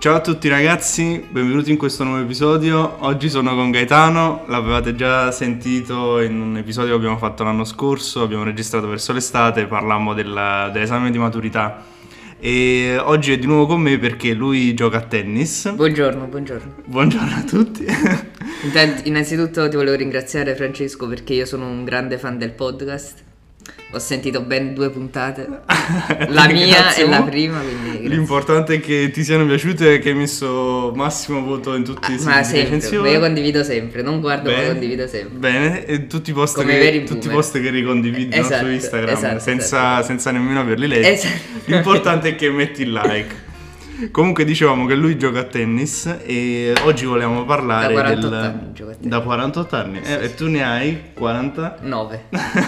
Ciao a tutti ragazzi, benvenuti in questo nuovo episodio. Oggi sono con Gaetano, l'avevate già sentito in un episodio che abbiamo fatto l'anno scorso, abbiamo registrato verso l'estate, parlammo dell'esame di maturità. E oggi è di nuovo con me perché lui gioca a tennis. Buongiorno. Buongiorno a tutti. Innanzitutto ti volevo ringraziare Francesco perché io sono un grande fan del podcast. Ho sentito ben 2 puntate, la mia e la prima, quindi grazie. L'importante è che ti siano piaciute e che hai messo massimo voto in tutti i siti di recensione. Io condivido sempre, non guardo ma condivido sempre. Bene, e tutti i post che ricondividono su Instagram senza nemmeno averli letti. Esatto. L'importante è che metti il like. Comunque dicevamo che lui gioca a tennis e oggi volevamo parlare da 48 anni gioco a tennis. Da 48 anni? Sì. E tu ne hai 40? 9.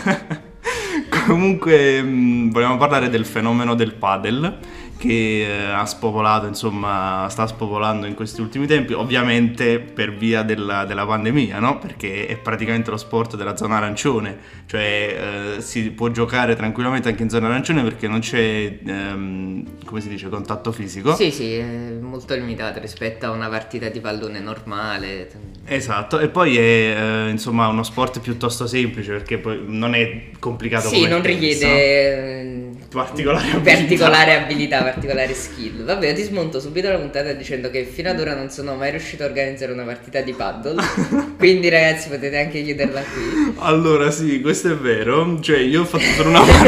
Comunque vogliamo parlare del fenomeno del padel che ha spopolato, insomma sta spopolando in questi ultimi tempi, ovviamente per via della pandemia, no? Perché è praticamente lo sport della zona arancione, cioè si può giocare tranquillamente anche in zona arancione perché non c'è, come si dice, contatto fisico. Sì, è molto limitato rispetto a una partita di pallone normale. Esatto, e poi è insomma uno sport piuttosto semplice perché poi non è complicato come il non tennis, richiede particolare abilità, particolare skill. Vabbè, io ti smonto subito la puntata dicendo che fino ad ora non sono mai riuscito a organizzare una partita di paddle. Quindi ragazzi potete anche chiederla qui. Allora sì, questo è vero. Cioè io ho fatto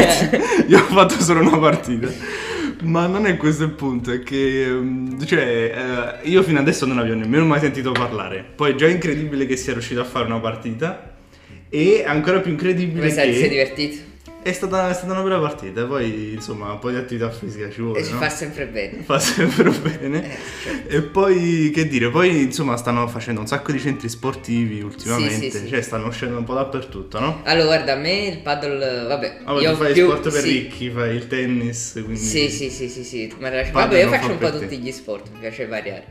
solo una partita. Ma non è questo il punto, è che io fino adesso non avevo nemmeno mai sentito parlare. Poi è già incredibile che sia riuscito a fare una partita. E ancora più incredibile che ti sei divertito? È stata una bella partita. Poi insomma un po' di attività fisica ci vuole, e ci no? fa sempre bene. Certo. E poi che dire, poi insomma stanno facendo un sacco di centri sportivi ultimamente. Sì. Cioè stanno uscendo un po' dappertutto, no? Allora guarda, a me il paddle, vabbè, io tu fai sport per ricchi, fai il tennis, quindi sì. Vabbè, io faccio un po' tutti gli sport, mi piace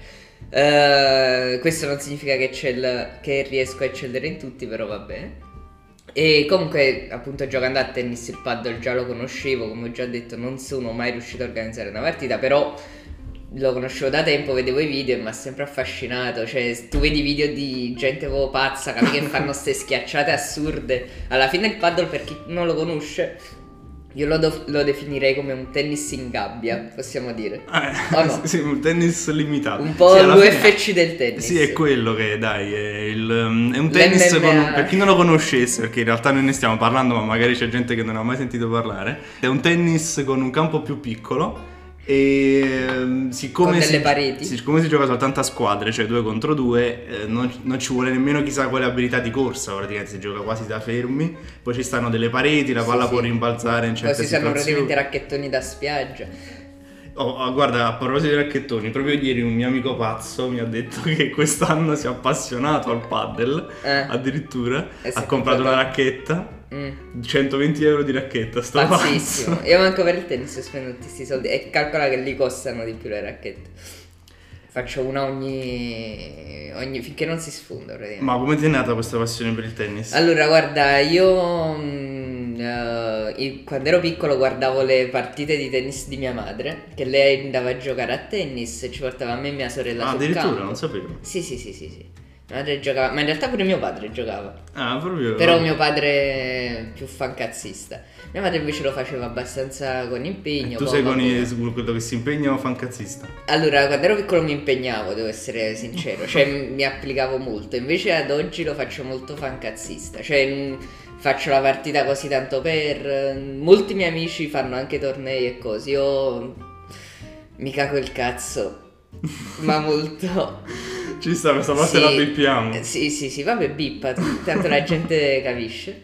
variare. Questo non significa che riesco a eccellere in tutti, però va bene. E comunque appunto giocando a tennis il paddle già lo conoscevo, come ho già detto non sono mai riuscito a organizzare una partita, però lo conoscevo da tempo, vedevo i video e mi ha sempre affascinato. Cioè tu vedi video di gente pazza che fanno ste schiacciate assurde. Alla fine il paddle, per chi non lo conosce, io lo definirei come un tennis in gabbia, possiamo dire. O no? Sì, un tennis limitato. Un po' l'UFC del tennis. Sì, è quello che dai, è un tennis per chi non lo conoscesse, perché in realtà noi ne stiamo parlando, ma magari c'è gente che non ha mai sentito parlare. È un tennis con un campo più piccolo e siccome con delle pareti. Siccome si gioca soltanto a squadre, cioè 2 contro 2, non ci vuole nemmeno chissà quale abilità di corsa, praticamente si gioca quasi da fermi, poi ci stanno delle pareti, la palla può rimbalzare in certe situazioni. Poi si sanno praticamente racchettoni da spiaggia. Guarda, a proposito di racchettoni, proprio ieri un mio amico pazzo mi ha detto che quest'anno si è appassionato al paddle, addirittura, ha comprato una racchetta. 120 euro di racchetta, sto pazzissimo. Io manco per il tennis spendo tutti questi soldi e calcola che lì costano di più le racchette. Faccio una ogni finché non si sfonda praticamente. Ma come ti è nata questa passione per il tennis? Allora guarda, io quando ero piccolo guardavo le partite di tennis di mia madre, che lei andava a giocare a tennis e ci portava a me e mia sorella sul addirittura campo. Non sapevo. Sì. Mia madre giocava, ma in realtà pure mio padre giocava. Proprio. Però mio padre è più fancazzista. Mia madre invece lo faceva abbastanza con impegno. Tu sei con quello che si impegna o fancazzista? Allora, quando ero piccolo mi impegnavo, devo essere sincero. Cioè mi applicavo molto. Invece ad oggi lo faccio molto fancazzista. Cioè faccio la partita così tanto per. Molti miei amici fanno anche tornei e così. Io mi cago il cazzo. Ma molto. Ci sta, questa parte la bippiamo. Sì, vabbè, bippa, tanto la gente capisce.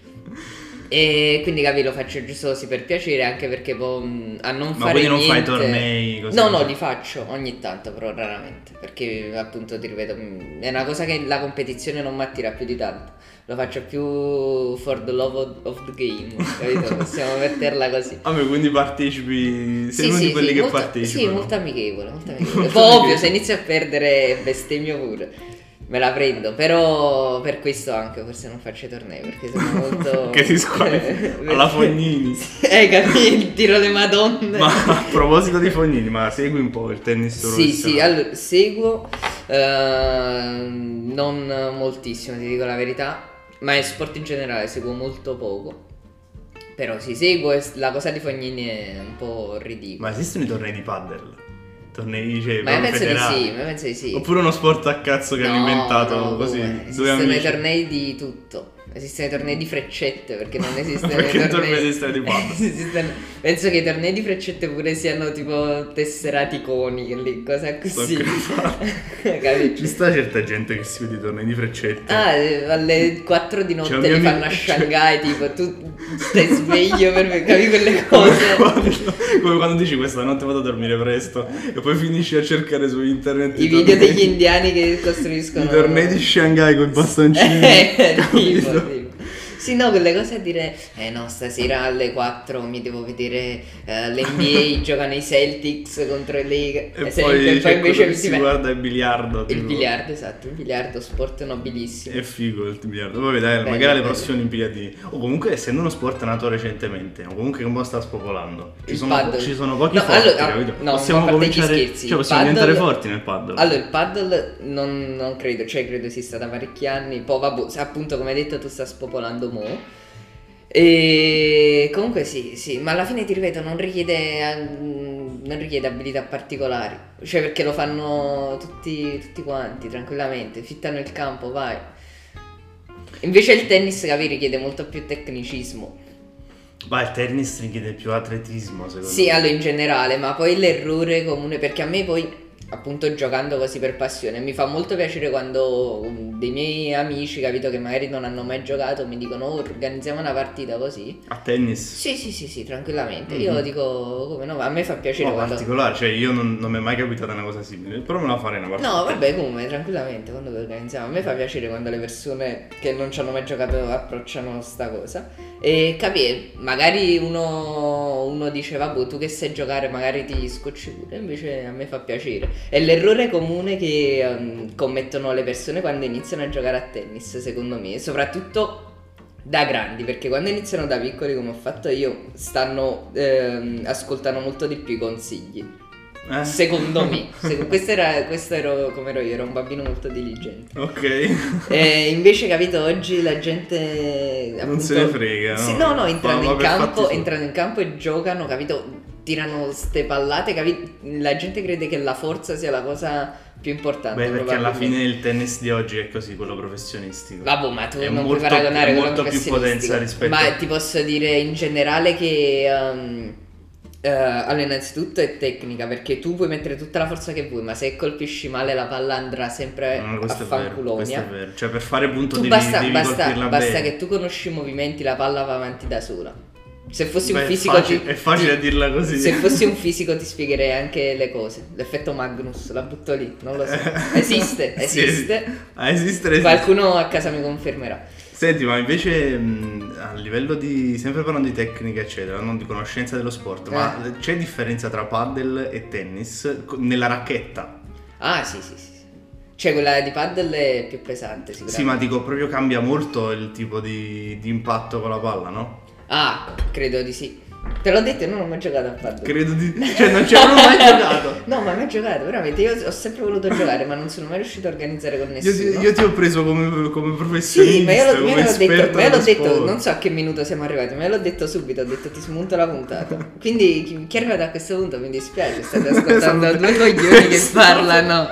E quindi capi, lo faccio giusto così per piacere, anche perché poi a non ma fare niente. Ma quindi non fai niente. tornei così? No, li faccio ogni tanto, però raramente. Perché appunto ti ripeto, è una cosa che la competizione non mi attira più di tanto. Lo faccio più for the love of the game, capito? Possiamo metterla così. Vabbè, quindi partecipi, sei uno di quelli che partecipano. Sì, molto amichevole. Poi ovvio, se inizio a perdere bestemmio pure. me la prendo, però per questo anche forse non faccio i tornei, perché sono molto... Che si squalifica alla Fognini. Capì, il tiro le madonne. Ma a proposito di Fognini, ma segui un po' il tennis professionale? Sì, allora, seguo, non moltissimo, ti dico la verità, ma è sport in generale, seguo molto poco. Però sì, seguo, la cosa di Fognini è un po' ridicola. Ma esistono i tornei di paddle? Tornei, cioè, ma penso federali? di sì, ma penso di sì. Oppure uno sport a cazzo che hanno inventato così. Esistono i tornei di tutto. Esistono i tornei di freccette, perché non esistono perché i tornei... Perché esistono di paddle? Penso che i tornei di freccette pure siano tipo tesserati coni, cosa così. Capito? Ci sta certa gente che si vede i tornei di freccette. Alle 4 di notte li fanno a Shanghai, tipo tu stai sveglio per capire quelle cose. Come quando dici questa notte vado a dormire presto e poi finisci a cercare su internet i video degli indiani che costruiscono i tornei di Shanghai con i bastoncini. Sì, no, quelle cose a dire no, stasera alle 4 mi devo vedere l'NBA giocano i Celtics contro i Lakers e poi invece si guarda il biliardo. Il biliardo, esatto, il biliardo, sport nobilissimo. È figo il biliardo. Poi dai, magari alle prossime Olimpiadi. O comunque essendo uno sport nato recentemente, o comunque come sta spopolando. Ci sono pochi forti, capito? No, possiamo cominciare, scherzi. Cioè possiamo diventare forti nel paddle. Allora, il paddle non credo, cioè credo esista da parecchi anni. Poi vabbè, appunto come hai detto tu sta spopolando mo'. E comunque sì, ma alla fine ti ripeto non richiede abilità particolari, cioè perché lo fanno tutti quanti tranquillamente, fittano il campo, vai. Invece il tennis, capi, richiede molto più tecnicismo. Ma il tennis richiede più atletismo, secondo me. Sì, allora in generale, ma poi l'errore comune, perché a me poi appunto giocando così per passione mi fa molto piacere quando dei miei amici, capito, che magari non hanno mai giocato, mi dicono organizziamo una partita così a tennis. Sì, tranquillamente. Io dico come no, a me fa piacere quando... particolare, cioè io non mi è mai capitata una cosa simile, però me la farei una partita. No vabbè, come tranquillamente quando organizziamo, a me fa piacere quando le persone che non ci hanno mai giocato approcciano sta cosa e capi, magari uno dice vabbè tu che sai giocare magari ti scocci pure, invece a me fa piacere. È l'errore comune che commettono le persone quando iniziano a giocare a tennis, secondo me, soprattutto da grandi, perché quando iniziano da piccoli come ho fatto io ascoltano molto di più i consigli. Secondo me questo ero come ero io, ero un bambino molto diligente. Ok. Invece capito oggi la gente appunto, non se ne frega, no? Sì, no, entrano in campo e giocano, capito, tirano ste pallate, capito? La gente crede che la forza sia la cosa più importante. Beh, perché alla fine il tennis di oggi è così, quello professionistico. Vabbè, ma tu non puoi paragonare quello molto più potenza rispetto. Ma ti posso dire in generale che allora innanzitutto è tecnica, perché tu puoi mettere tutta la forza che vuoi, ma se colpisci male la palla andrà sempre a fanculonia. Questo è vero, cioè per fare punto devi basta bene. che tu conosci i movimenti, la palla va avanti da sola. Se fossi un fisico è facile dirla così. Se fossi un fisico ti spiegherei anche le cose. L'effetto Magnus, la butto lì, non lo so. Esiste. Esiste. Qualcuno a casa mi confermerà. Senti, ma invece a livello di, sempre parlando di tecnica eccetera, non di conoscenza dello sport, ma c'è differenza tra paddle e tennis nella racchetta? Ah sì. Cioè quella di paddle è più pesante sicuramente. Sì, ma dico proprio cambia molto il tipo di impatto con la palla, no? Ah, credo di sì. Te l'ho detto, non ho mai giocato a paddle. Credo di... Cioè non ci avrò mai giocato. No, ma mai giocato, veramente. Io ho sempre voluto giocare, ma non sono mai riuscito a organizzare con nessuno. Io ti ho preso come professionista. Sì, ma io l'ho detto, non so a che minuto siamo arrivati, ma io l'ho detto subito, ho detto ti smonto la puntata. Quindi chi è arrivato a questo punto mi dispiace, state ascoltando due coglioni che parlano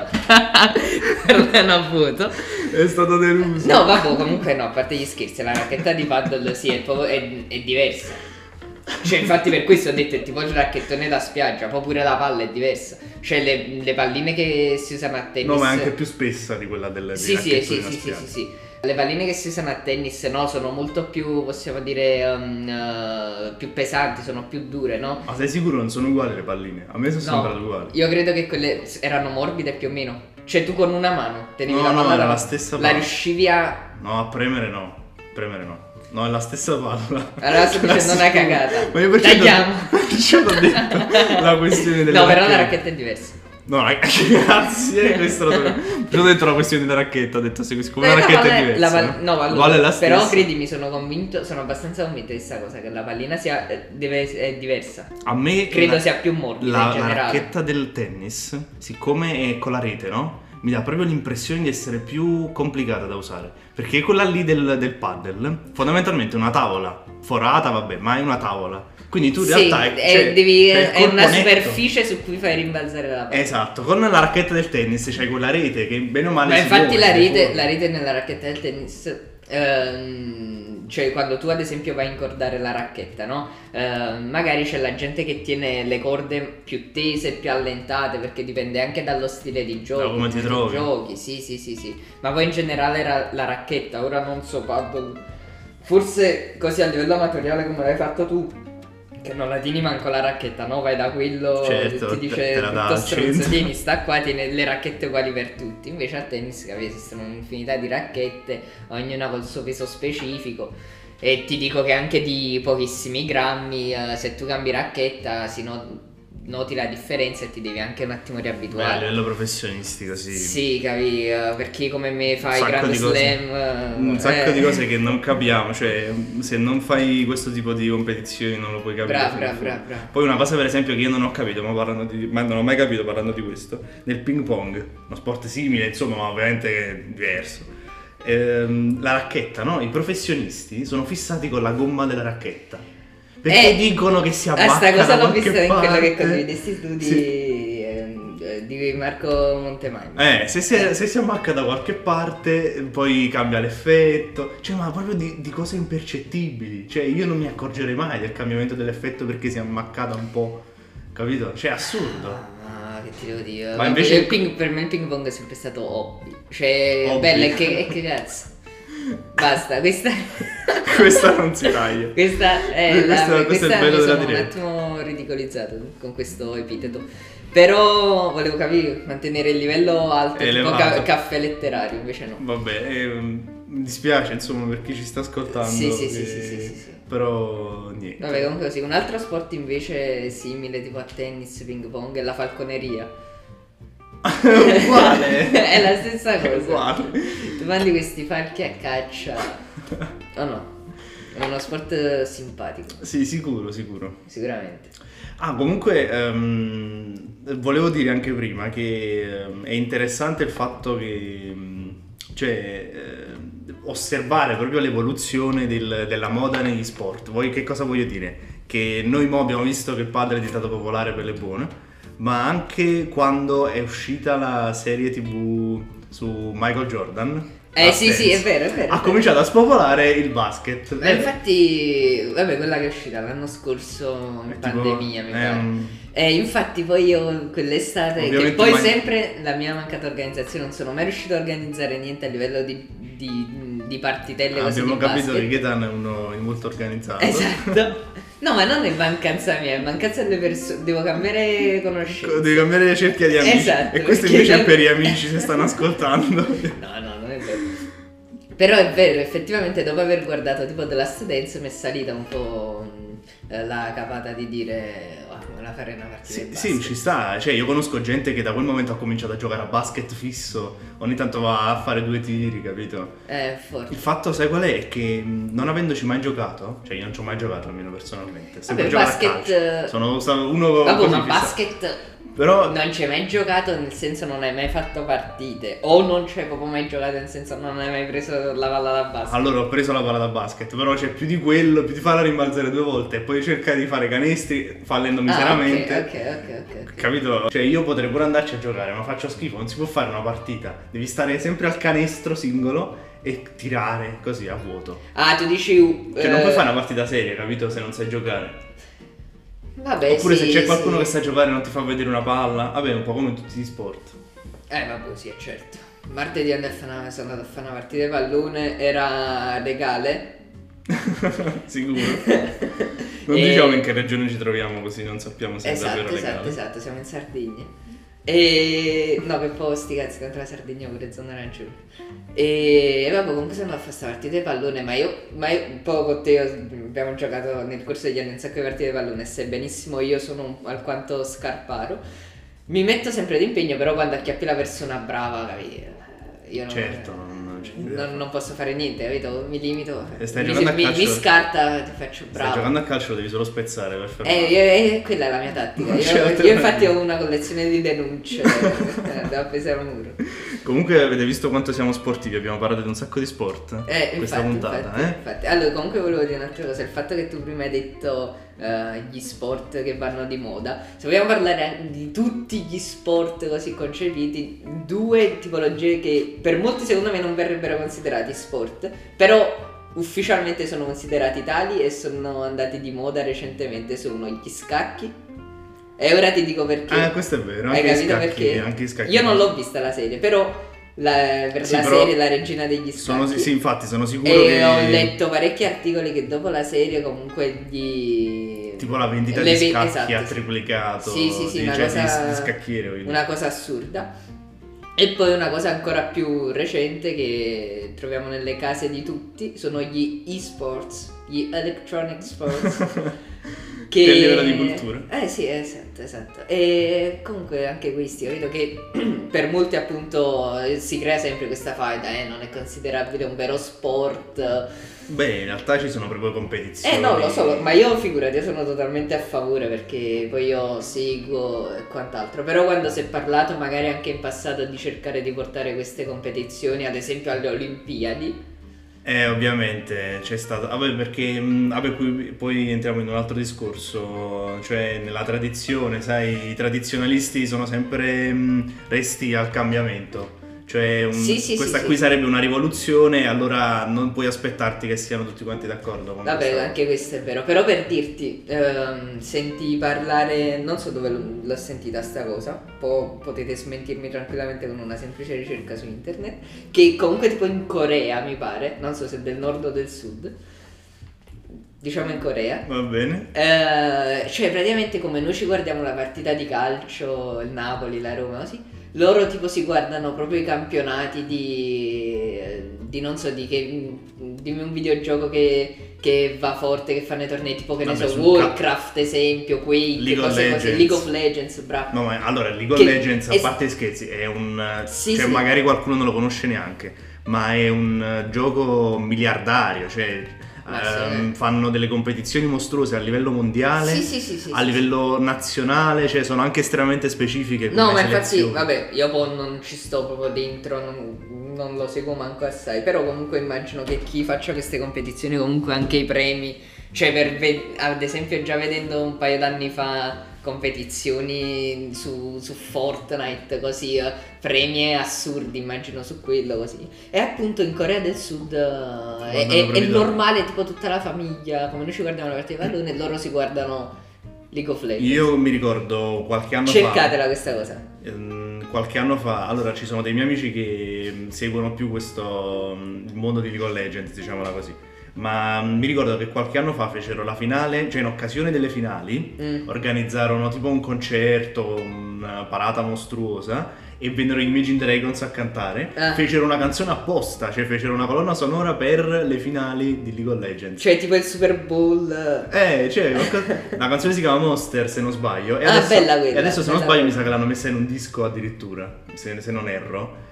a vuoto. È stato deluso. No, vabbè, comunque no, a parte gli scherzi, la racchetta di paddle sì, è diversa. Cioè infatti per questo ho detto è tipo il racchettone da spiaggia, poi pure la palla è diversa. Cioè le palline che si usano a tennis. No, ma è anche più spessa di quella del sì. Le palline che si usano a tennis no, sono molto più, possiamo dire, più pesanti, sono più dure, no? Ma sei sicuro non sono uguali le palline? A me sono sembrate uguali. Io credo che quelle erano morbide più o meno. Cioè tu con una mano tenevi la palla. No, era la stessa palla. La riuscivi a... No, a premere no. No, è la stessa palla. Allora sto dicendo una cagata. Ma io perché tagliamo. Perché ho detto la questione delle No, però la racchetta è diversa. No, grazie, questo lo ho detto la questione della racchetta, ho detto siccome la racchetta è diversa. Vale la stessa. Però credimi, sono abbastanza convinto di questa cosa, che la pallina è diversa. A me credo sia più morbida in generale. La racchetta del tennis, siccome è con la rete, no? Mi dà proprio l'impressione di essere più complicata da usare, perché quella lì del paddle fondamentalmente è una tavola forata, vabbè, ma è una tavola. Quindi tu in realtà è una superficie su cui fai rimbalzare la palla. Esatto, con la racchetta del tennis c'hai quella rete che bene o male ma infatti la rete nella racchetta del tennis, cioè quando tu ad esempio vai a incordare la racchetta, no? Magari c'è la gente che tiene le corde più tese, più allentate, perché dipende anche dallo stile di gioco, da come ti trovi. Giochi. Sì. Ma poi in generale la racchetta, ora non so, forse così a livello amatoriale come l'hai fatto tu, che non la tieni manco la racchetta, no? Vai da quello che ti dice tutto stronzo, tieni sta qua, tieni le racchette uguali per tutti. Invece a tennis, capi, esistono un'infinità di racchette, ognuna col suo peso specifico. E ti dico che anche di pochissimi grammi, se tu cambi racchetta noti la differenza e ti devi anche un attimo riabituare. A livello professionistico, sì. Sì, capi, per chi come me fa i Grand Slam. Un sacco di cose che non capiamo, cioè se non fai questo tipo di competizioni non lo puoi capire. Bravo. Poi una cosa per esempio che io non ho capito, ma non ho mai capito parlando di questo, nel ping pong, uno sport simile, insomma, ma ovviamente diverso. La racchetta, no? I professionisti sono fissati con la gomma della racchetta. Perché dicono che si abbacca sta cosa l'ho vista parte. in quello che condivide questi studi di Marco Montemagno. Se si ammacca da qualche parte poi cambia l'effetto. Cioè, ma proprio di cose impercettibili. Cioè, io non mi accorgerei mai del cambiamento dell'effetto perché si è ammaccata un po'. Capito? Cioè, è assurdo. Che ti devo dire? Ma invece per me il ping pong è sempre stato hobby. Cioè, hobby. Bello, che cazzo. Basta, questa non si taglia. Questa è il bello della diretta. Un attimo ridicolizzato con questo epiteto. Però volevo capire, mantenere il livello alto, elevato. Tipo caffè letterario, invece no. Vabbè, mi dispiace insomma per chi ci sta ascoltando. Sì. Però niente. Vabbè, comunque sì, un altro sport invece simile tipo a tennis, ping pong è la falconeria. Uguale. È la stessa cosa. Uguale. Tu mandi questi falchi a caccia. No. È uno sport simpatico. Sì, sicuro. Sicuramente. Comunque volevo dire anche prima che è interessante il fatto che osservare proprio l'evoluzione della moda negli sport. Che cosa voglio dire? Che noi abbiamo visto che il padel è diventato popolare per le buone, ma anche quando è uscita la serie TV su Michael Jordan. Sì, è vero. Ha cominciato a spopolare il basket. Infatti, vabbè, quella che è uscita l'anno scorso in pandemia, mi pare. Infatti poi io quell'estate, che poi sempre la mia mancata organizzazione, non sono mai riuscito a organizzare niente a livello di partitelle così. Abbiamo capito che Gaetan è uno molto organizzato. Esatto. No, ma non è mancanza mia, è mancanza delle persone. Devo cambiare conoscenze. Devi cambiare cerchia di amici. Esatto. E questo invece è per gli amici se stanno ascoltando. No, non è vero. Però è vero, effettivamente dopo aver guardato tipo The Last Dance mi è salita un po' la capata di dire come la farei una partita di basket. Sì, ci sta. Cioè io conosco gente che da quel momento ha cominciato a giocare a basket fisso, ogni tanto va a fare 2 tiri, capito? Forte. Il fatto, sai qual è? È che non avendoci mai giocato, cioè io non ci ho mai giocato almeno personalmente. Vabbè, basket sono uno vabbè, così ma fissato. Basket però non ci hai mai giocato, nel senso non hai mai fatto partite, o non ci hai proprio mai giocato, nel senso non hai mai preso la palla da basket. Allora ho preso la palla da basket, però c'è più di quello, più di farla rimbalzare 2 volte e poi cercare di fare canestri fallendo miseramente. Ok. Capito? Cioè io potrei pure andarci a giocare, ma faccio schifo, non si può fare una partita, devi stare sempre al canestro singolo e tirare così a vuoto. Tu dici cioè non puoi fare una partita seria, capito, se non sai giocare. Vabbè, oppure se c'è qualcuno che sa giocare e non ti fa vedere una palla. Vabbè, un po' come in tutti gli sport. Vabbè, sì, è certo. Martedì sono andato a fare una partita di pallone, era legale. Sicuro. Non diciamo in che regione ci troviamo, così non sappiamo se è davvero legale. Esatto, siamo in Sardegna. No, per poi sti cazzi contro la Sardegna pure zona arancione. E vabbè, comunque sono andato a fare questa partita di pallone, ma io un po' con te abbiamo giocato nel corso degli anni un sacco di partite di pallone, e sai benissimo io sono alquanto scarparo. mi metto sempre d'impegno, però quando acchiappi la persona brava, capito? Io non, certo, non posso fare niente, capito? Mi limito. Mi scarta, ti faccio bravo. Stai giocando a calcio, lo devi solo spezzare per fermare. Quella è la mia tattica. Io infatti ho una collezione di denunce da appesare al muro. Comunque avete visto quanto siamo sportivi, abbiamo parlato di un sacco di sport questa puntata. Infatti. Allora, comunque volevo dire un'altra cosa, il fatto che tu prima hai detto gli sport che vanno di moda, se vogliamo parlare di tutti gli sport così concepiti, due tipologie che per molti secondo me non verrebbero considerati sport, però ufficialmente sono considerati tali e sono andati di moda recentemente, sono gli scacchi. E ora ti dico perché. Questo è vero. Hai capito perché? Anche scacchi. Io non l'ho vista la serie, però per la serie La regina degli scacchi. Sì, infatti sono sicuro che ho letto parecchi articoli che dopo la serie comunque tipo la vendita di scacchi ha triplicato. Sì, una cosa di scacchiere. Una cosa assurda. E poi una cosa ancora più recente che troviamo nelle case di tutti sono gli e-sports, gli electronic sports. Che livello di cultura. Sì, esatto. E comunque anche questi, ho capito che per molti appunto si crea sempre questa faida, non è considerabile un vero sport. Beh, in realtà ci sono proprio competizioni. No, lo so, ma io figurati, io sono totalmente a favore perché poi io seguo e quant'altro. Però quando si è parlato magari anche in passato di cercare di portare queste competizioni, ad esempio alle Olimpiadi, ovviamente c'è stato, perché poi entriamo in un altro discorso, cioè nella tradizione, sai, i tradizionalisti sono sempre resti al cambiamento, cioè questa qui sarebbe una rivoluzione, allora non puoi aspettarti che siano tutti quanti d'accordo con vabbè, anche questo è vero, però per dirti, senti parlare, non so dove l'ho sentita sta cosa, potete smentirmi tranquillamente con una semplice ricerca su internet, che comunque tipo in Corea mi pare, non so se del nord o del sud, diciamo in Corea, va bene, cioè praticamente come noi ci guardiamo la partita di calcio, il Napoli, la Roma, così, loro tipo si guardano proprio i campionati di non so, dimmi un videogioco che va forte, che fanno i tornei tipo, che ne so, Warcraft esempio, Quake, cose, League of Legends, bravo. No, ma allora League of Legends, a parte gli scherzi, è un magari qualcuno non lo conosce neanche, ma è un gioco miliardario, cioè fanno delle competizioni mostruose a livello mondiale, a livello nazionale, cioè sono anche estremamente specifiche. No, ma infatti, vabbè, io poi non ci sto proprio dentro, non lo seguo manco assai, però comunque immagino che chi faccia queste competizioni comunque anche i premi, cioè ad esempio già vedendo un paio d'anni fa competizioni su Fortnite, così premi assurdi, immagino su quello, così. E appunto in Corea del Sud è normale, tipo tutta la famiglia, come noi ci guardiamo la partita di pallone, loro si guardano League of Legends. Io mi ricordo qualche anno cercatela questa cosa. Qualche anno fa, allora ci sono dei miei amici che seguono più il mondo di League of Legends, diciamola così. Ma mi ricordo che qualche anno fa fecero la finale, cioè in occasione delle finali organizzarono tipo un concerto, una parata mostruosa, e vennero Imagine Dragons a cantare. Fecero una canzone apposta, cioè fecero una colonna sonora per le finali di League of Legends, cioè tipo il Super Bowl. Cioè la canzone si chiama Monster, se non sbaglio, e bella quella, e adesso se non sbaglio mi sa che l'hanno messa in un disco addirittura, se non erro.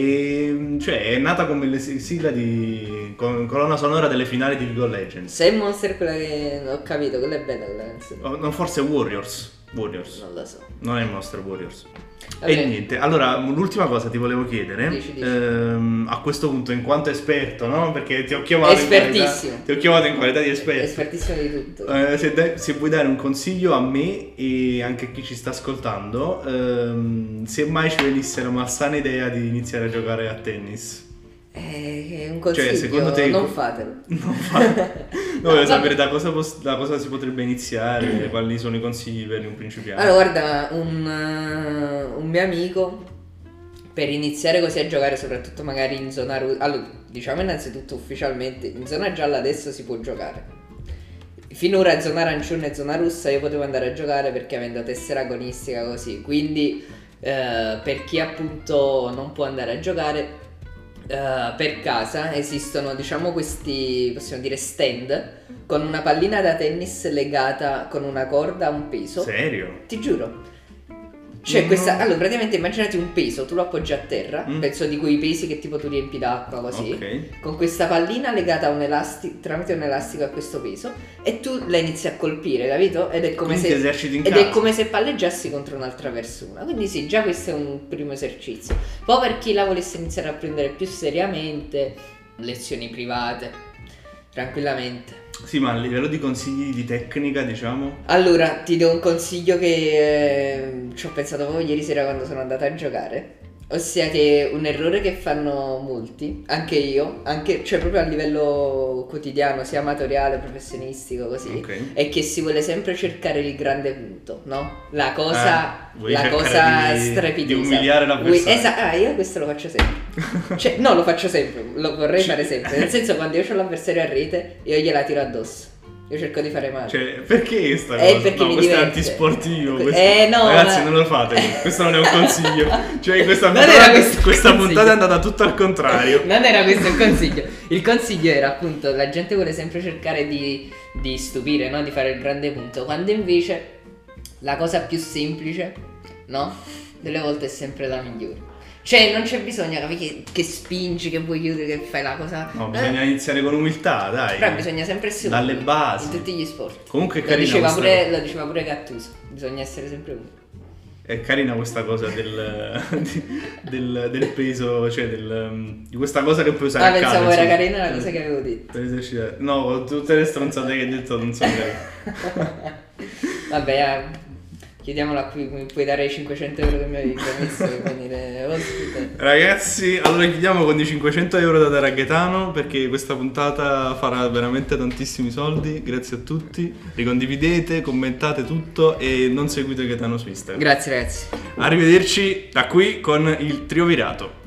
E cioè è nata come sigla di colonna sonora delle finali di League of Legends. Se è Monster quella che ho capito, quella è bella quella canzone. No, forse Warriors. Non lo so. Non è Monster, Warriors. Vabbè. E niente, allora l'ultima cosa ti volevo chiedere. Dici. A questo punto, in quanto esperto, no? Perché ti ho chiamato in qualità di esperto. Espertissimo di tutto. Se vuoi dare un consiglio a me e anche a chi ci sta ascoltando, se mai ci venisse la malsana idea di iniziare a giocare a tennis. È un consiglio, cioè, secondo te, non fatelo. Voglio sapere da cosa si potrebbe iniziare, quali sono i consigli per un principiante. Allora, guarda, un mio amico, per iniziare così a giocare, soprattutto magari in zona allora, diciamo innanzitutto ufficialmente, in zona gialla adesso si può giocare. Finora in zona arancione e zona rossa io potevo andare a giocare perché avendo tessera agonistica così, quindi per chi appunto non può andare a giocare, per casa esistono, diciamo, questi, possiamo dire, stand con una pallina da tennis legata con una corda a un peso. Serio? Ti giuro. C'è questa. Allora, praticamente immaginati un peso, tu lo appoggi a terra, penso di quei pesi che tipo tu riempi d'acqua così, con questa pallina legata a un elastico, tramite un elastico a questo peso, e tu la inizi a colpire, capito? Ed è come se eserciti in ed casa. è come se palleggiassi contro un'altra persona. Quindi sì, già questo è un primo esercizio. Poi per chi la volesse iniziare a prendere più seriamente, lezioni private, tranquillamente. Sì, ma a livello di consigli di tecnica, diciamo. Allora, ti do un consiglio che ci ho pensato proprio ieri sera quando sono andata a giocare. Ossia che un errore che fanno molti, anche io, cioè proprio a livello quotidiano, sia amatoriale, professionistico, così, è che si vuole sempre cercare il grande punto, no? La cosa strepitosa. Di umiliare la persona. Io questo lo faccio sempre. Cioè, no, lo faccio sempre, lo vorrei fare sempre. Nel senso, quando io ho l'avversario a rete, io gliela tiro addosso. Io cerco di fare male. Cioè, perché sta cosa? Perché no, questo è antisportivo. No, ragazzi, non lo fate. Questo non è un consiglio. Cioè, questa puntata è andata tutto al contrario. Non era questo il consiglio. Il consiglio era appunto: la gente vuole sempre cercare di stupire, no? Di fare il grande punto. Quando invece la cosa più semplice, no? Delle volte è sempre la migliore. Cioè non c'è bisogno che spingi, che vuoi chiudere, che fai la cosa. No, bisogna iniziare con umiltà, dai. Però bisogna sempre essere dalle basi. in tutti gli sport. Comunque è lo carina diceva pure Gattuso. Bisogna essere sempre umili. È carina questa cosa del peso, cioè di questa cosa che puoi usare a casa. Pensavo era carina la cosa che avevo detto. Per esercitare. No, tutte le stronzate che hai detto non sono carine. Vabbè, chiediamola qui, mi puoi dare i 500 euro che mi avevi promesso per venire ospite. Ragazzi, allora chiudiamo con i 500 euro da dare a Gaetano, perché questa puntata farà veramente tantissimi soldi. Grazie a tutti, ricondividete, commentate tutto e non seguite Gaetano su Instagram. Grazie ragazzi. Arrivederci da qui con il trio virato.